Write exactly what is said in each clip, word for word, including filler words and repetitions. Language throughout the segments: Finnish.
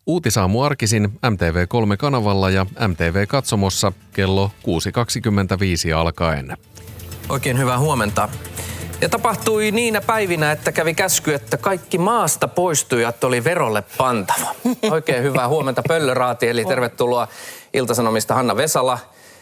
Uutisaamu arkisin M T V kolme kanavalla ja M T V Katsomossa kello kuusi kaksikymmentäviisi alkaen. Oikein hyvää huomenta. Ja tapahtui niinä päivinä, että kävi käsky, että kaikki maasta poistujat oli verolle pantava. Oikein hyvää huomenta Pöllöraati, eli tervetuloa Ilta-Sanomista Hanna Vesala,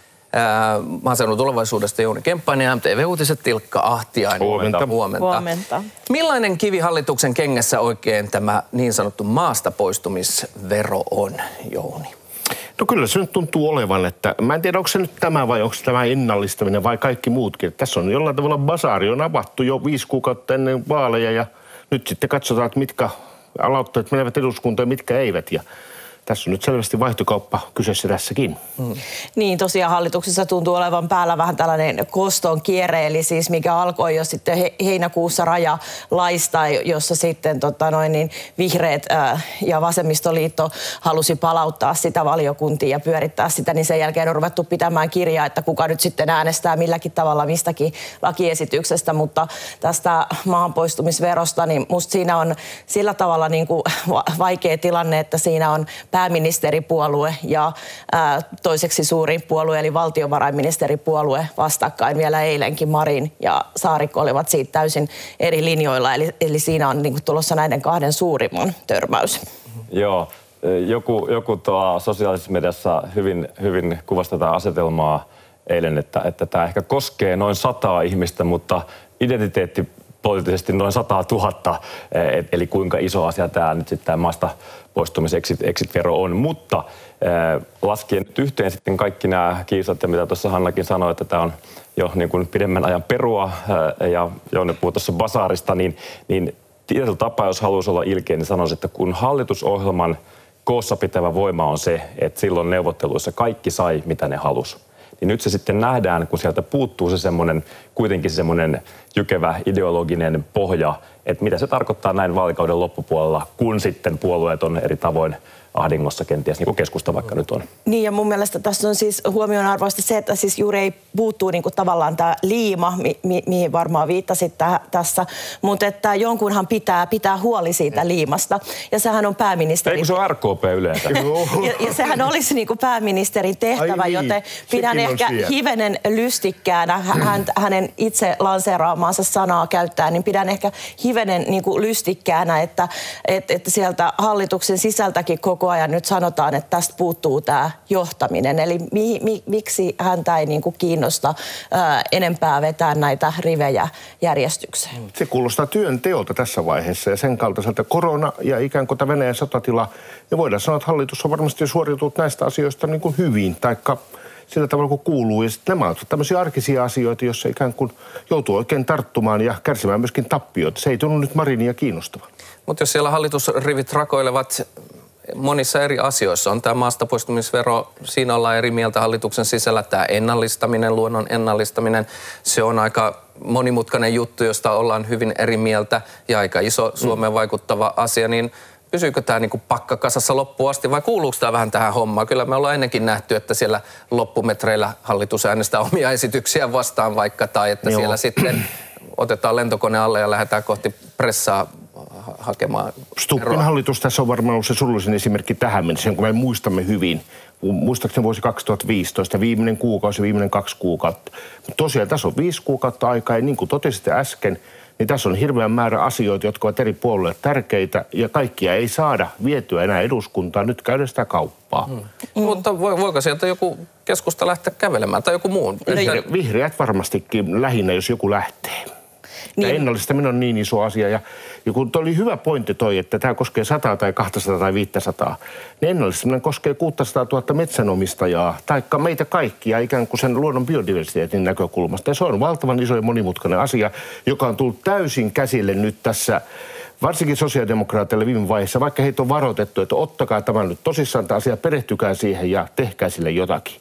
ää, Maaseudun tulevaisuudesta Jouni Kemppainen ja M T V-uutiset Tilkka Ahtiainen. Huomenta. Huomenta. Huomenta. Millainen kivi hallituksen kengessä oikein tämä niin sanottu maasta poistumisvero on, Jouni? No kyllä se nyt tuntuu olevan, että mä en tiedä, onko se nyt tämä vai onko se tämä ennallistaminen vai kaikki muutkin. Tässä on jollain tavalla basaari on avattu jo viisi kuukautta ennen vaaleja ja nyt sitten katsotaan, että mitkä aloitteet menevät eduskuntaan ja mitkä eivät. Ja tässä on nyt selvästi vaihtokauppa kyseessä tässäkin. Hmm. Niin, tosiaan hallituksessa tuntuu olevan päällä vähän tällainen koston kierre, eli siis mikä alkoi jo sitten he, heinäkuussa rajalaista, jossa sitten tota noin, niin vihreät ää, ja vasemmistoliitto halusi palauttaa sitä valiokuntiin ja pyörittää sitä, niin sen jälkeen on ruvettu pitämään kirjaa, että kuka nyt sitten äänestää milläkin tavalla mistäkin lakiesityksestä, mutta tästä maahanpoistumisverosta, niin musta siinä on sillä tavalla niin kuin vaikea tilanne, että siinä on pääministeripuolue ja ää, toiseksi suurin puolue eli valtiovarainministeripuolue vastakkain. Vielä eilenkin Marin ja Saarikko olivat siitä täysin eri linjoilla, eli, eli siinä on niin kuin tulossa näiden kahden suurimman törmäys. Joo, joku, joku tuo sosiaalisessa mediassa hyvin, hyvin kuvasi tätä asetelmaa eilen, että, että tämä ehkä koskee noin sataa ihmistä, mutta identiteetti poliittisesti noin sata tuhatta, eli kuinka iso asia tämä nyt sitten tämä maasta poistumis-exit-vero on. Mutta äh, laskien nyt yhteen sitten kaikki nämä kiisat, ja mitä tuossa Hannakin sanoi, että tämä on jo niin kuin pidemmän ajan perua, äh, ja Jouni puhui tuossa basaarista, niin, niin tietyllä tapaa, jos haluaisi olla ilkeä, niin sanoisin, että kun hallitusohjelman koossa pitävä voima on se, että silloin neuvotteluissa kaikki sai, mitä ne halusi. Niin nyt se sitten nähdään, kun sieltä puuttuu se semmoinen, kuitenkin semmoinen jykevä ideologinen pohja, että mitä se tarkoittaa näin vaalikauden loppupuolella, kun sitten puolueet on eri tavoin ahdingossa kenties, niin kuin keskusta vaikka nyt on. Niin, ja mun mielestä tässä on siis huomionarvoista se, että siis juuri ei puuttuu niin kuin tavallaan tämä liima, mi- mi- mihin varmaan viittasit täh- tässä, mutta että jonkunhan pitää pitää huoli siitä liimasta, ja sehän on pääministeri. Eikö se ole R K P yleensä? ja, ja sehän olisi niin kuin pääministerin tehtävä, Ai niin, joten pidän ehkä siellä hivenen lystikkäänä hän, hänen itse lanseeraamaansa sanaa käyttää, niin pidän ehkä hivenen niin kuin lystikkäänä, että, että, että sieltä hallituksen sisältäkin koko ajan nyt sanotaan, että tästä puuttuu tämä johtaminen. Eli mi, mi, miksi häntä ei niin kuin kiinnosta ää, enempää vetää näitä rivejä järjestykseen? Se kuulostaa työnteolta tässä vaiheessa ja sen kaltaiselta korona ja ikään kuin tämä Venäjän sotatila. Ja voidaan sanoa, että hallitus on varmasti suoriutunut näistä asioista niin kuin hyvin, taikka sillä tavalla kuin kuuluu. Ja sitten nämä ovat tämmöisiä arkisia asioita, joissa ikään kuin joutuu oikein tarttumaan ja kärsimään myöskin tappioita. Se ei tunnu nyt Marinia kiinnostavan. Mutta jos siellä hallitusrivit rakoilevat monissa eri asioissa, on tämä maastapoistumisvero, siinä ollaan eri mieltä hallituksen sisällä, tämä ennallistaminen, luonnon ennallistaminen, se on aika monimutkainen juttu, josta ollaan hyvin eri mieltä ja aika iso Suomeen vaikuttava asia, niin pysyykö tämä niin kuin pakkakasassa loppuun asti vai kuuluuko tämä vähän tähän hommaan? Kyllä me ollaan ennenkin nähty, että siellä loppumetreillä hallitus äänestää omia esityksiä vastaan vaikka, tai että Joo. siellä sitten otetaan lentokone alle ja lähdetään kohti pressaa hakemaan Stubbin eroa. hallitus tässä on varmaan ollut se surullisin esimerkki tähän mennessä, jonka me muistamme hyvin. Muistaakseni vuosi kaksituhattaviisitoista, viimeinen kuukausi, viimeinen kaksi kuukautta. Mutta tosiaan tässä on viisi kuukautta aikaa ja niin kuin totesitte äsken, niin tässä on hirveän määrä asioita, jotka ovat eri puolueille tärkeitä ja kaikkia ei saada vietyä enää eduskuntaan. Nyt käydään sitä kauppaa. Hmm. Mm. Mutta voiko sieltä joku keskusta lähteä kävelemään tai joku muu? Vihre, vihreät varmastikin lähinnä, jos joku lähtee. Niin. Ennallistaminen on niin iso asia. Ja, ja kun toi oli hyvä pointti toi, että tämä koskee sata tai kaksisataa tai viisisataa, niin ennallistaminen koskee kuusisataatuhatta metsänomistajaa, taikka meitä kaikkia ikään kuin sen luonnon biodiversiteetin näkökulmasta. Ja se on valtavan iso ja monimutkainen asia, joka on tullut täysin käsille nyt tässä, varsinkin sosiaalidemokraateille viime vaiheessa, vaikka heitä on varoitettu, että ottakaa tämä nyt tosissaan tämä asia, perehtykää siihen ja tehkää sille jotakin.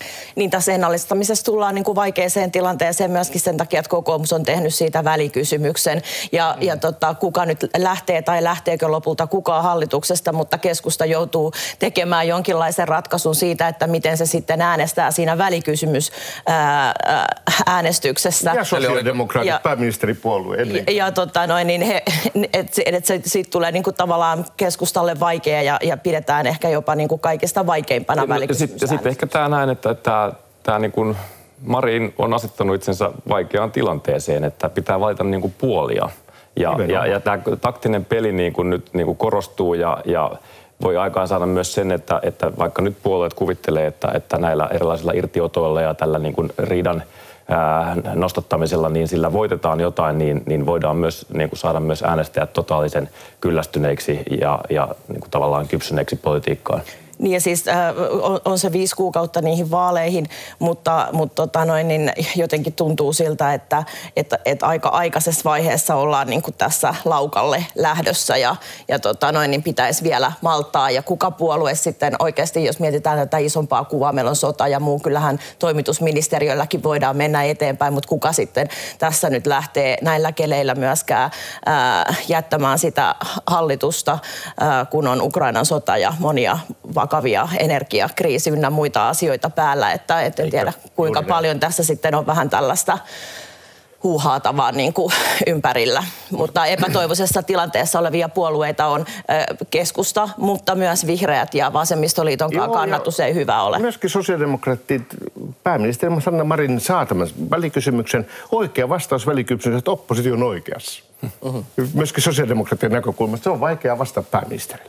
Niin tässä ennallistamisessa tullaan niin kuin vaikeaseen tilanteeseen myöskin sen takia, että kokoomus on tehnyt siitä välikysymyksen. Ja, mm. ja tota, kuka nyt lähtee tai lähteekö lopulta kukaan hallituksesta, mutta keskusta joutuu tekemään jonkinlaisen ratkaisun siitä, että miten se sitten äänestää siinä välikysymysäänestyksessä. Ja sosiaalidemokraatit, ja, pääministeripuolue. Ja, ja tota, noin, niin he, et, et se, siitä tulee niin kuin tavallaan keskustalle vaikea ja, ja pidetään ehkä jopa niin kuin kaikista vaikeimpana välikysymysäänestyksessä. Sitten ehkä tämä näin, että tämä, tämä niin kuin Marin on asettanut itsensä vaikeaan tilanteeseen, että pitää valita niin kuin puolia. Ja, ja, ja tämä taktinen peli niin kuin nyt niin kuin korostuu ja, ja voi aikaan saada myös sen, että, että vaikka nyt puolueet kuvittelee, että, että näillä erilaisilla irtiotoilla ja tällä niin kuin riidan ää, nostattamisella, niin sillä voitetaan jotain, niin, niin voidaan myös niin kuin saada myös äänestäjät totaalisen kyllästyneiksi ja, ja niin kuin tavallaan kypsyneeksi politiikkaan. Niin ja siis äh, on, on se viisi kuukautta niihin vaaleihin, mutta, mutta tota noin, niin jotenkin tuntuu siltä, että, että, että aika aikaisessa vaiheessa ollaan niin kuin tässä laukalle lähdössä ja, ja tota noin, niin pitäisi vielä malttaa. Ja kuka puolue sitten oikeasti, jos mietitään tätä isompaa kuvaa, meillä on sota ja muu, kyllähän toimitusministeriölläkin voidaan mennä eteenpäin, mutta kuka sitten tässä nyt lähtee näillä keleillä myöskään äh, jättämään sitä hallitusta, äh, kun on Ukrainan sota ja monia vakavia energiakriisi ynnä muita asioita päällä, että et en tiedä kuinka paljon tässä sitten on vähän tällaista huuhaatavaa niin kuin ympärillä. Mutta epätoivoisessa tilanteessa olevia puolueita on keskusta, mutta myös vihreät ja vasemmistoliiton kannatus ei hyvä ole. Myöskin sosiaalidemokraatit, pääministeri Sanna Marin saataman välikysymyksen oikea vastaus välikysymykseen, että oppositio on oikeassa. Uh-huh. Myöskin sosiaalidemokraattien näkökulmasta se on vaikea vastata pääministerille.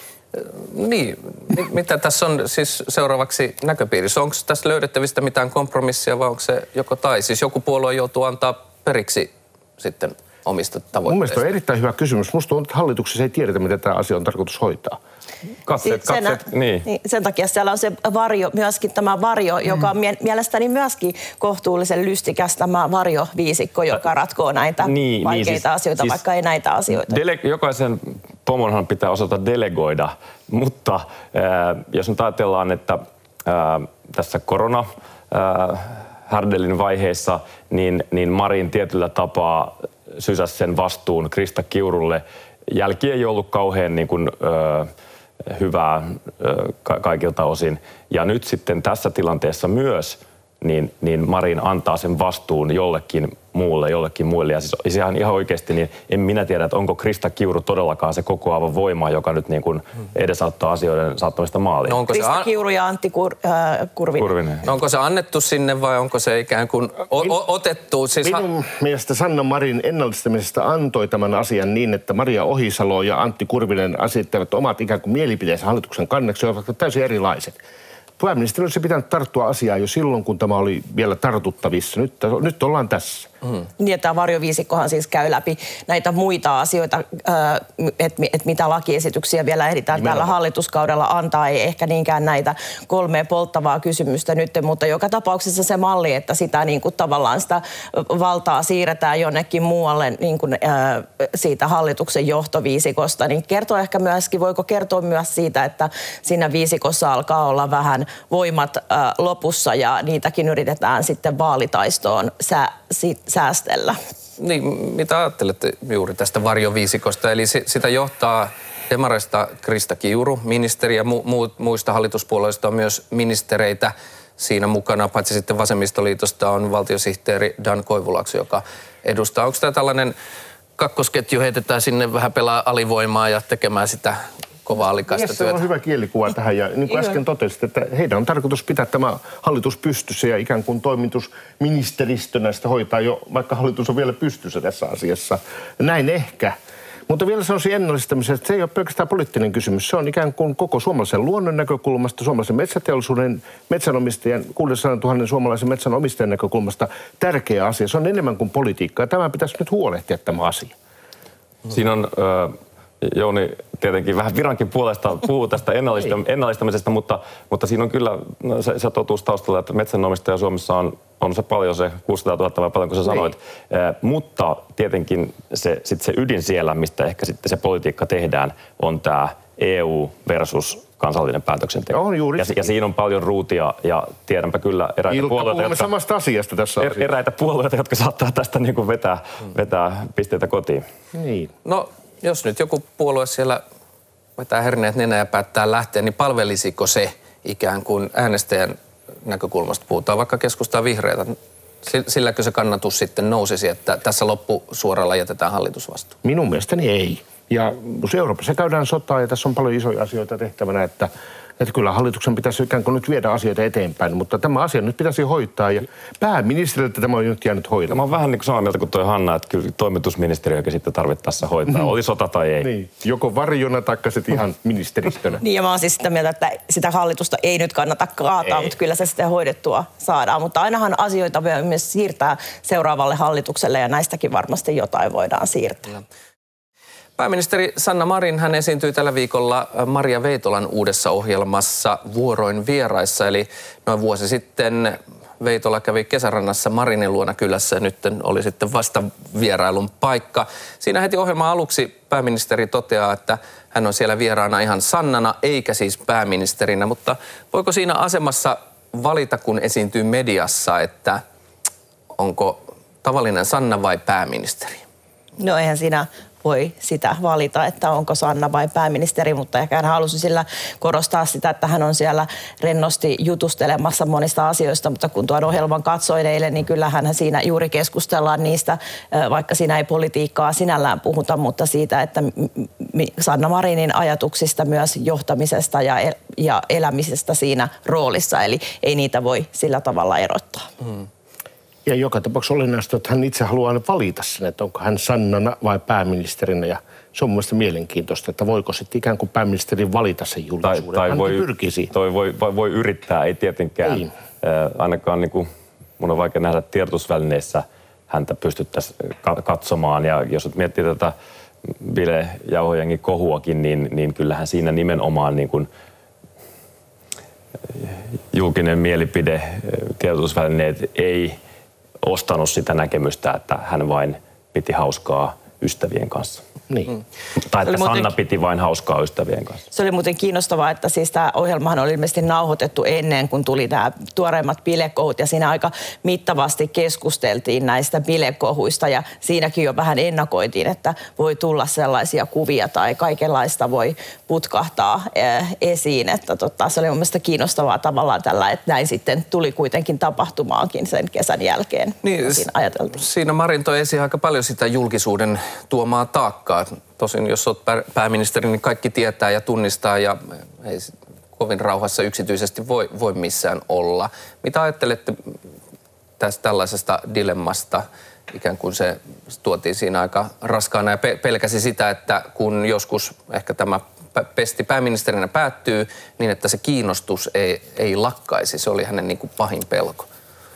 Niin, mitä tässä on siis seuraavaksi näköpiirissä? Onko tässä löydettävistä mitään kompromissia vai onko se joko tai? Siis joku puolue joutuu antaa periksi sitten omista tavoitteista. Mun mielestä on erittäin hyvä kysymys. Musta tuntuu, että hallituksessa ei tiedetä, miten tämä asia on tarkoitus hoitaa. Katseet, katseet, sen, niin. niin. Sen takia siellä on se varjo, myöskin tämä varjo, mm. joka on mie- mielestäni myöskin kohtuullisen lystikäs tämä varjoviisikko, joka ratkoo näitä niin, vaikeita niin, siis, asioita, siis vaikka ei näitä asioita. Dele- jokaisen pomonhan pitää osata delegoida, mutta äh, jos nyt ajatellaan, että äh, tässä korona äh, härdelin vaiheessa, niin, niin Marin tietyllä tapaa sysäsi sen vastuun Krista Kiurulle. Jälki ei ollut kauhean niin kuin, ö, hyvää ö, ka- kaikilta osin. Ja nyt sitten tässä tilanteessa myös, niin, niin Marin antaa sen vastuun jollekin muulle, jollekin muille. Ja siis, siis ihan, ihan oikeasti, niin en minä tiedä, että onko Krista Kiuru todellakaan se kokoava voima, joka nyt niin kuin edesauttaa asioiden saattamista maaliin. No Krista an... Kiuru ja Antti Kur, äh, Kurvinen. Kurvinen. No onko se annettu sinne vai onko se ikään kuin o- o- otettu? Siis Minun ha- mielestä Sanna Marin ennallistamisesta antoi tämän asian niin, että Maria Ohisalo ja Antti Kurvinen asettavat omat ikään kuin mielipiteensä hallituksen kanneksi, jotka ovat täysin erilaiset. Pääministeri olisi pitänyt tarttua asiaan jo silloin, kun tämä oli vielä tartuttavissa. Nyt, nyt ollaan tässä. Mm. Niin, että tämä varjoviisikkohan siis käy läpi näitä muita asioita, että et mitä lakiesityksiä vielä ehditään Nimenomaan. Tällä hallituskaudella antaa. Ei ehkä niinkään näitä kolmea polttavaa kysymystä nyt, mutta joka tapauksessa se malli, että sitä niin kuin tavallaan sitä valtaa siirretään jonnekin muualle niin kuin, äh, siitä hallituksen johtoviisikosta, niin kertoo ehkä myöskin, voiko kertoa myös siitä, että siinä viisikossa alkaa olla vähän voimat äh, lopussa ja niitäkin yritetään sitten vaalitaistoon sä, si, säästellä. Niin, mitä ajattelette juuri tästä varjoviisikosta? Eli si, sitä johtaa demareista Krista Kiuru, ministeri ja mu, mu, muista hallituspuolueista on myös ministereitä siinä mukana. Paitsi sitten Vasemmistoliitosta on valtiosihteeri Dan Koivulakso, joka edustaa. Onko tämä tällainen kakkosketju, heitetään sinne vähän pelaa alivoimaa ja tekemään sitä kovaa likasta työtä? Se on hyvä kielikuva tähän ja niin kuin äsken totesit, että heidän on tarkoitus pitää tämä hallitus pystyssä ja ikään kuin toimitusministeristönä sitä hoitaa jo, vaikka hallitus on vielä pystyssä tässä asiassa. Näin ehkä. Mutta vielä sanoisin ennallistamisesta, että se ei ole pelkästään poliittinen kysymys. Se on ikään kuin koko suomalaisen luonnon näkökulmasta, suomalaisen metsäteollisuuden, metsänomistajien, kuusisataa suomalaisen metsänomistajan näkökulmasta tärkeä asia. Se on enemmän kuin politiikkaa ja tämä pitäisi nyt huolehtia tämä asia. Siinä on... Ö- Jouni tietenkin vähän virankin puolesta puhuu tästä ennallistamisesta, mutta, mutta siinä on kyllä se, se totuus taustalla, että metsänomistaja Suomessa on on se paljon se kuusisataatuhatta vai paljon kuin sä sanoit. Niin. Mutta tietenkin se, sit se ydin siellä, mistä ehkä sitten se politiikka tehdään, on tämä E U versus kansallinen päätöksenteko. On juuri. Ja, ja siinä on paljon ruutia ja tiedänpä kyllä eräitä Ilkka, puolueita, jotka, samasta asiasta tässä er, eräitä puolueita, jotka saattaa tästä niin kuin vetää, vetää pisteitä kotiin. Niin. No, jos nyt joku puolue siellä vetää herneet nenä ja päättää lähteä, niin palvelisiko se ikään kuin äänestäjän näkökulmasta puhutaan, vaikka keskustaa vihreitä? Silläkö se kannatus sitten nousisi, että tässä loppusuoralla jätetään hallitusvastuu? Minun mielestäni ei. Ja Euroopassa käydään sotaa ja tässä on paljon isoja asioita tehtävänä, että, että kyllä hallituksen pitäisi ikään kuin nyt viedä asioita eteenpäin, mutta tämä asia nyt pitäisi hoitaa ja pääministeriltä tämä on nyt jäänyt hoitaa. Mä oon vähän niin kuin samaa mieltä kuin toi Hanna, että kyllä toimitusministeriökin sitten tarvittaessa hoitaa, oli sota tai ei. Niin, joko varjona taikka sitten ihan ministeristönä. Niin ja mä oon siis sitä mieltä, että sitä hallitusta ei nyt kannata kaataa, ei. Mutta kyllä se sitten hoidettua saadaan. Mutta ainahan asioita voi myös siirtää seuraavalle hallitukselle ja näistäkin varmasti jotain voidaan siirtää. Pääministeri Sanna Marin, hän esiintyi tällä viikolla Maria Veitolan uudessa ohjelmassa Vuoroin vieraissa. Eli noin vuosi sitten Veitola kävi Kesärannassa Marinin luona kylässä ja nyt oli sitten vasta vierailun paikka. Siinä heti ohjelman aluksi pääministeri toteaa, että hän on siellä vieraana ihan Sannana eikä siis pääministerinä. Mutta voiko siinä asemassa valita, kun esiintyy mediassa, että onko tavallinen Sanna vai pääministeri? No eihän siinä voi sitä valita, että onko Sanna vai pääministeri, mutta ehkä hän halusi sillä korostaa sitä, että hän on siellä rennosti jutustelemassa monista asioista, mutta kun tuon ohjelman katsoin eilen, niin kyllähän siinä juuri keskustellaan niistä, vaikka siinä ei politiikkaa sinällään puhuta, mutta siitä, että Sanna Marinin ajatuksista myös johtamisesta ja, el- ja elämisestä siinä roolissa, eli ei niitä voi sillä tavalla erottaa. Mm. Ja joka tapauksessa olennaista, että hän itse haluaa valita sen, että onko hän Sannana vai pääministerinä. Ja se on mun mielestä mielenkiintoista, että voiko sitten ikään kuin pääministeri valita sen julkisuuden. Tai, tai hän voi, pyrkii siihen. Toi voi, voi, voi yrittää, ei tietenkään. Ei. Äh, ainakaan niin kuin, mun on vaikea nähdä tiedotusvälineissä häntä pystyttäisiin katsomaan. Ja jos et miettii tätä Ville Jauhojengin kohuakin, niin, niin kyllähän siinä nimenomaan niin kuin julkinen mielipide, tiedotusvälineet ei ostanut sitä näkemystä, että hän vain piti hauskaa ystävien kanssa. Niin. Mm. Tai että Sanna muuten, piti vain hauskaa ystävien kanssa. Se oli muuten kiinnostavaa, että siis tämä ohjelmahan oli ilmeisesti nauhoitettu ennen, kun tuli nämä tuoreimmat bilekohut ja siinä aika mittavasti keskusteltiin näistä bilekohuista ja siinäkin jo vähän ennakoitiin, että voi tulla sellaisia kuvia tai kaikenlaista voi putkahtaa äh, esiin, että tota, se oli mun mielestä kiinnostavaa tavallaan tällä, että näin sitten tuli kuitenkin tapahtumaankin sen kesän jälkeen. Niin, siinä ajateltiin. Siinä Marin toi esiin aika paljon sitä julkisuuden tuomaa taakkaa. Tosin jos olet pääministeri, niin kaikki tietää ja tunnistaa ja ei kovin rauhassa yksityisesti voi, voi missään olla. Mitä ajattelette tästä tällaisesta dilemmasta? Ikään kuin se tuotiin siinä aika raskaana ja pelkäsi sitä, että kun joskus ehkä tämä pesti pääministerinä päättyy, niin että se kiinnostus ei, ei lakkaisi. Se oli hänen niin kuin pahin pelko.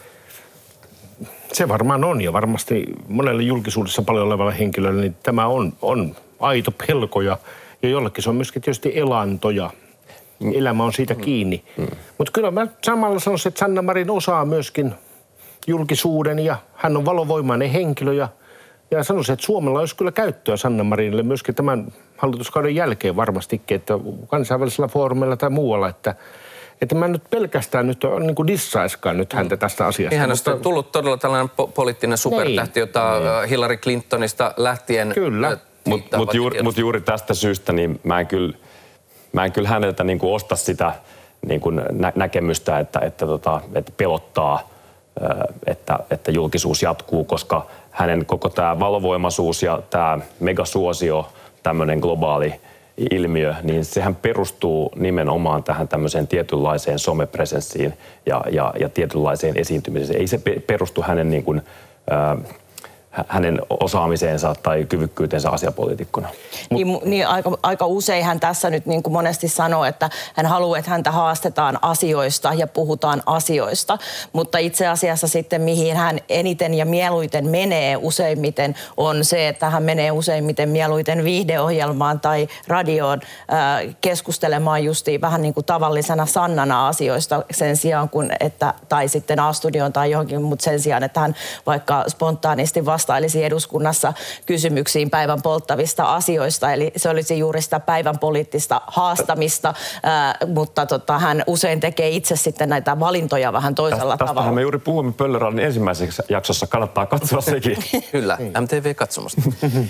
Se varmaan on ja varmasti monelle julkisuudessa paljon olevalle henkilölle, niin tämä on, on aito pelko ja, ja jollekin se on myöskin tietysti elantoja. Elämä on siitä kiinni. Mm. Mutta kyllä mä samalla sanoisin, että Sanna Marin osaa myöskin julkisuuden ja hän on valovoimainen henkilö ja, ja sanoisin, että Suomella olisi kyllä käyttöä Sanna Marinille myöskin tämän hallituskauden jälkeen varmastikin, että kansainvälisellä foorumilla tai muualla, että Että mä nyt pelkästään nyt niin kuin dissaiskaan nyt häntä tästä asiasta. Niin hän on tullut todella tällainen po- poliittinen supertähti, jota niin. Hillary Clintonista lähtien... Kyllä. Mutta mut juuri, mut juuri tästä syystä niin mä en kyllä, mä en kyllä häneltä niin kuin osta sitä niin kuin nä- näkemystä, että, että, tota, että pelottaa, että, että julkisuus jatkuu, koska hänen koko tämä valovoimaisuus ja tämä megasuosio, tämmöinen globaali ilmiö, niin sehän perustuu nimenomaan tähän tämmöiseen tietynlaiseen somepresenssiin ja, ja, ja tietynlaiseen esiintymiseen. Ei se perustu hänen niin kuin, ää, hänen osaamiseensa tai kyvykkyytensä asiapoliitikkona. Niin, niin aika, aika usein hän tässä nyt niin kuin monesti sanoo, että hän haluaa, että häntä haastetaan asioista ja puhutaan asioista, mutta itse asiassa sitten mihin hän eniten ja mieluiten menee useimmiten on se, että hän menee useimmiten mieluiten viihdeohjelmaan tai radioon äh, keskustelemaan justiin vähän niin kuin tavallisena Sannana asioista sen sijaan, kun että, tai sitten A-studioon tai johonkin, mutta sen sijaan, että hän vaikka spontaanisti vastailisi eduskunnassa kysymyksiin päivän polttavista asioista, eli se olisi juuri sitä päivän poliittista haastamista, ää, mutta tota, hän usein tekee itse sitten näitä valintoja vähän toisella Tästä, tavalla. Tästähän me juuri puhumme Pöllöradin ensimmäisessä jaksossa, kannattaa katsoa sekin. Kyllä, M T V-katsomusta.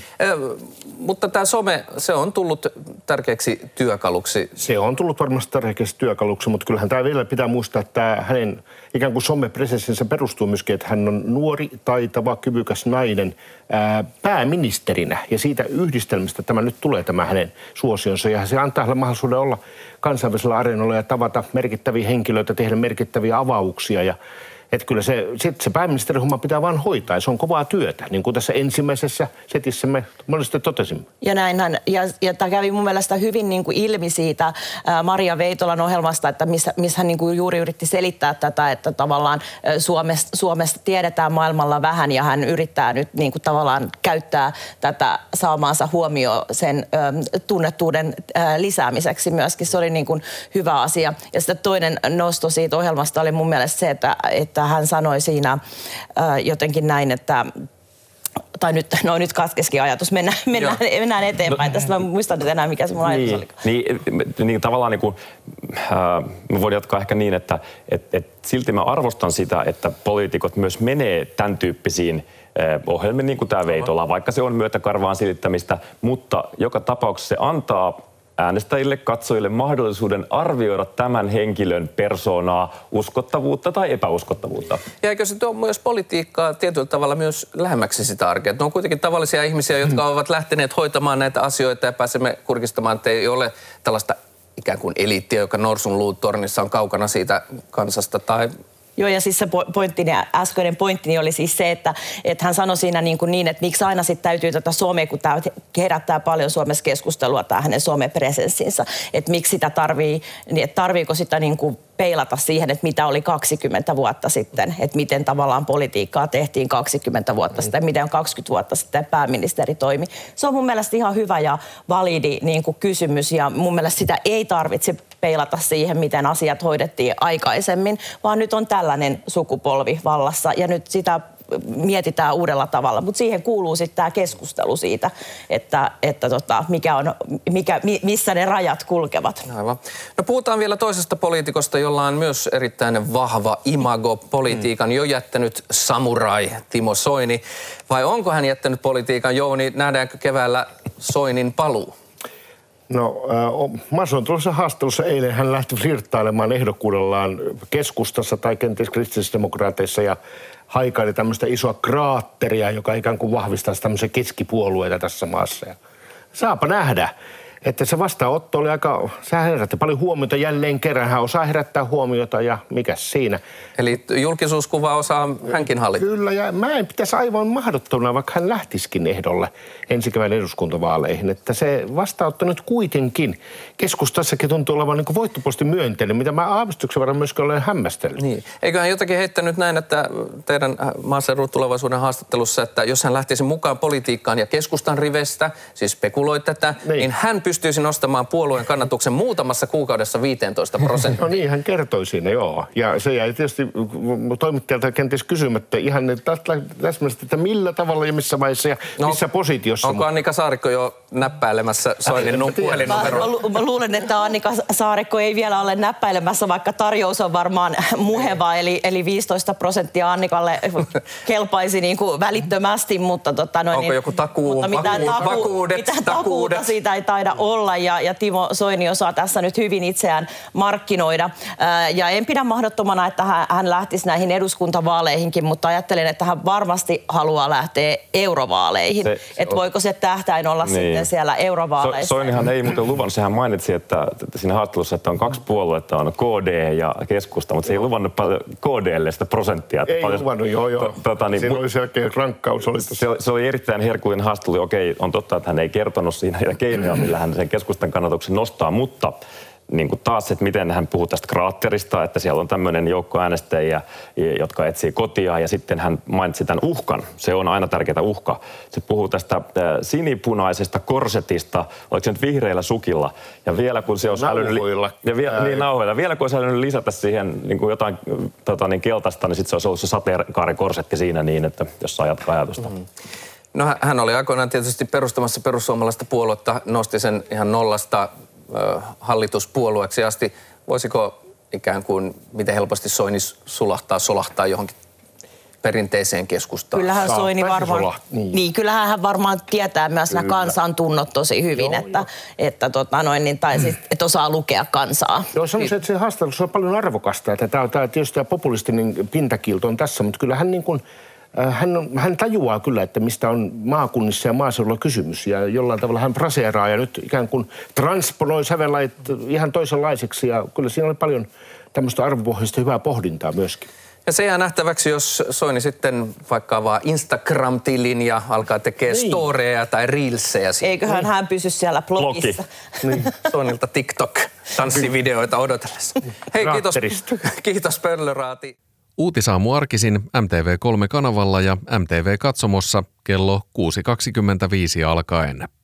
Mutta tämä some, se on tullut tärkeäksi työkaluksi. Se on tullut varmasti tärkeäksi työkaluksi, mutta kyllähän tämä vielä pitää muistaa, että hänen ikään kuin somepresenssinsä perustuu myöskin, että hän on nuori, taitava, kyvykäs nainen ää, pääministerinä. Ja siitä yhdistelmistä tämä nyt tulee tämä hänen suosionsa. Ja se antaa hänelle mahdollisuuden olla kansainvälisellä areenoilla ja tavata merkittäviä henkilöitä, tehdä merkittäviä avauksia. Ja että kyllä se, sit se pääministerihomma pitää vaan hoitaa ja se on kovaa työtä, niin kuin tässä ensimmäisessä setissä me monesti totesimme. Ja näinhän, ja, ja tämä kävi mun mielestä hyvin niin kuin ilmi siitä ää, Maria Veitolan ohjelmasta, että missä, missä hän niin kuin juuri yritti selittää tätä, että tavallaan Suomesta, Suomesta tiedetään maailmalla vähän ja hän yrittää nyt niin kuin tavallaan käyttää tätä saamaansa huomioon sen ä, tunnettuuden ä, lisäämiseksi myöskin. Se oli niin kuin hyvä asia. Ja sitten toinen nosto siitä ohjelmasta oli mun mielestä se, että, että hän sanoi siinä äh, jotenkin näin, että tai nyt, no nyt katkesikin ajatus, mennään, mennään, mennään eteenpäin. No, tästä mä muistan nyt enää, mikä se mun ajatus niin, oli. Niin, niin tavallaan niin kuin, äh, mä voin jatkaa ehkä niin, että et, et silti mä arvostan sitä, että poliitikot myös menee tämän tyyppisiin äh, ohjelmiin, niin kuin tämä Veitola, vaikka se on myötäkarvaan silittämistä, mutta joka tapauksessa se antaa äänestäjille, katsojille mahdollisuuden arvioida tämän henkilön persoonaa, uskottavuutta tai epäuskottavuutta. Ja eikö se tuo myös politiikkaa tietyllä tavalla myös lähemmäksi sitä arkea? Ne on kuitenkin tavallisia ihmisiä, jotka ovat lähteneet hoitamaan näitä asioita ja pääsemme kurkistamaan, että ei ole tällaista ikään kuin eliittiä, joka norsun luutornissa on kaukana siitä kansasta tai... Joo, ja siis se pointtini, äskeinen pointtini oli siis se, että, että hän sanoi siinä niin, kuin niin, että miksi aina sitten täytyy tätä somea, kun tämä herättää paljon Suomessa keskustelua, tämä hänen somepresenssinsä, että miksi sitä tarvii, että tarviiko sitä niin kuin peilata siihen, että mitä oli kaksikymmentä vuotta sitten, että miten tavallaan politiikkaa tehtiin kaksikymmentä vuotta sitten, miten kaksikymmentä vuotta sitten pääministeri toimi. Se on mun mielestä ihan hyvä ja validi niin kuin kysymys ja mun mielestä sitä ei tarvitse peilata siihen, miten asiat hoidettiin aikaisemmin, vaan nyt on tällainen sukupolvi vallassa ja nyt sitä mietitään uudella tavalla, mutta siihen kuuluu sitten tämä keskustelu siitä, että, että tota, mikä on, mikä, missä ne rajat kulkevat. Aivan. No puhutaan vielä toisesta poliitikosta, jolla on myös erittäin vahva imago, politiikan jo jättänyt samurai Timo Soini. Vai onko hän jättänyt politiikan? Jouni, nähdäänkö keväällä Soinin paluu? No, äh, mä sanoin tuossa haastattelussa eilen, hän lähti flirttailemaan ehdokkuudellaan keskustassa tai kenties kristillisdemokraateissa ja haikaili tämmöistä isoa kraatteria, joka ikään kuin vahvistaisi tämmöisiä keskipuolueita tässä maassa. Ja saapa nähdä, että se vastaanotto oli aika, sehän herätti paljon huomiota jälleen kerran. Hän osaa herättää huomiota ja mikäs siinä. Eli julkisuuskuva osaa hänkin hallita. Kyllä, ja mä en pitäisi aivan mahdottomana, vaikka hän lähtisikin ehdolle ensi kevään eduskuntavaaleihin. Että se vastaanotto nyt kuitenkin keskustassakin tuntuu olevan niin kuin voittopuolisesti myönteinen, mitä mä aavistuksen verran myöskin olen hämmästellyt. Niin. Eiköhän jotakin heittänyt näin, että teidän maaseudun tulevaisuuden haastattelussa, että jos hän lähtisi mukaan politiikkaan ja keskustan riveistä, siis spekuloi tätä, niin, niin hän pystyisi nostamaan puolueen kannatuksen muutamassa kuukaudessa viisitoista prosenttia. No niin, hän kertoi siinä, joo. Ja se jäi tietysti toimittajalta kenties kysymättä ihan täsmällisesti, että millä tavalla ja missä vaiheessa ja no, missä positiossa. Onko Annika Saarikko jo näppäilemässä Soinin puhelinnumeroa? Mä, mä luulen, että Annika Saarikko ei vielä ole näppäilemässä, vaikka tarjous on varmaan muheva, eli, eli viisitoista prosenttia Annikalle kelpaisi niin kuin välittömästi, mutta tota, no, onko niin, joku takuu, mutta mitään vakuudet, taku, vakuudet, mitään takuudet. takuuta siitä ei taida olla ja, ja Timo Soini osaa tässä nyt hyvin itseään markkinoida. Ää, ja en pidä mahdottomana, että hän, hän lähtisi näihin eduskuntavaaleihinkin, mutta ajattelen, että hän varmasti haluaa lähteä eurovaaleihin. Se, se että voiko se tähtäin olla niin. sitten siellä eurovaaleissa? So, Soinihan ei muuten luvannut, sehän mainitsi, että siinä haastattelussa, että on kaksi puoluetta, on K D ja Keskusta, mutta se ei luvannut paljon K D:lle sitä prosenttia. Ei paljon, luvannut, joo joo. To, tota, niin, siinä oli selkeä rankkaus. Oli se, se oli erittäin herkullinen haastattelu. Okei, on totta, että hän ei kertonut siinä keinoja, millä hän sen keskustan kannatuksen nostaa, mutta niin kuin taas, että miten hän puhuu tästä kraatterista, että siellä on tämmöinen joukko äänestäjiä, jotka etsii kotia, ja sitten hän mainitsi tämän uhkan. Se on aina tärkeää uhka. Se puhuu tästä sinipunaisesta korsetista, oliko se nyt vihreillä sukilla, ja vielä kun se olisi älynyt, ja vielä, niin, nauhoilla. Vielä kun olisi älynyt lisätä siihen niin kuin jotain tota, niin keltaista, niin sitten se olisi ollut se sateenkaarikorsetti siinä niin, että jos saa jatkaa ajatusta. Mm-hmm. No hän oli aikoinaan tietysti perustamassa perussuomalaista puoluetta, nosti sen ihan nollasta hallituspuolueeksi asti. Voisiko ikään kuin, miten helposti Soini sulahtaa, solahtaa johonkin perinteiseen keskustaan? Kyllähän Soini varmaan, niin. niin, kyllähän hän varmaan tietää myös nämä kansan tunnot tosi hyvin, joo, että, että, tota noin, niin, tai siis, että osaa lukea kansaa. Joo, sanoisin, että se haastattelussa on paljon arvokasta, että tämä on tämä, tietysti tämä populistinen pintakiilto on tässä, mutta kyllähän niin kuin Hän, hän tajuaa kyllä, että mistä on maakunnissa ja maaseudulla kysymys, ja jollain tavalla hän fraseeraa ja nyt ikään kuin transponoi sävellajit ihan toisenlaisiksi, ja kyllä siinä oli paljon tämmöistä arvopohjaista hyvää pohdintaa myöskin. Ja se jää nähtäväksi, jos Soini sitten vaikka vaan Instagram-tilin ja alkaa tekemään niin. storeja tai reelsejä. Eiköhän niin. hän pysy siellä blogissa. Niin. Soinilta TikTok-tanssivideoita odotellessa. Hei, kiitos, kiitos Pöllöraati. Uutisaamu arkisin M T V kolme kanavalla ja M T V Katsomossa kello kuusi kaksikymmentäviisi alkaen.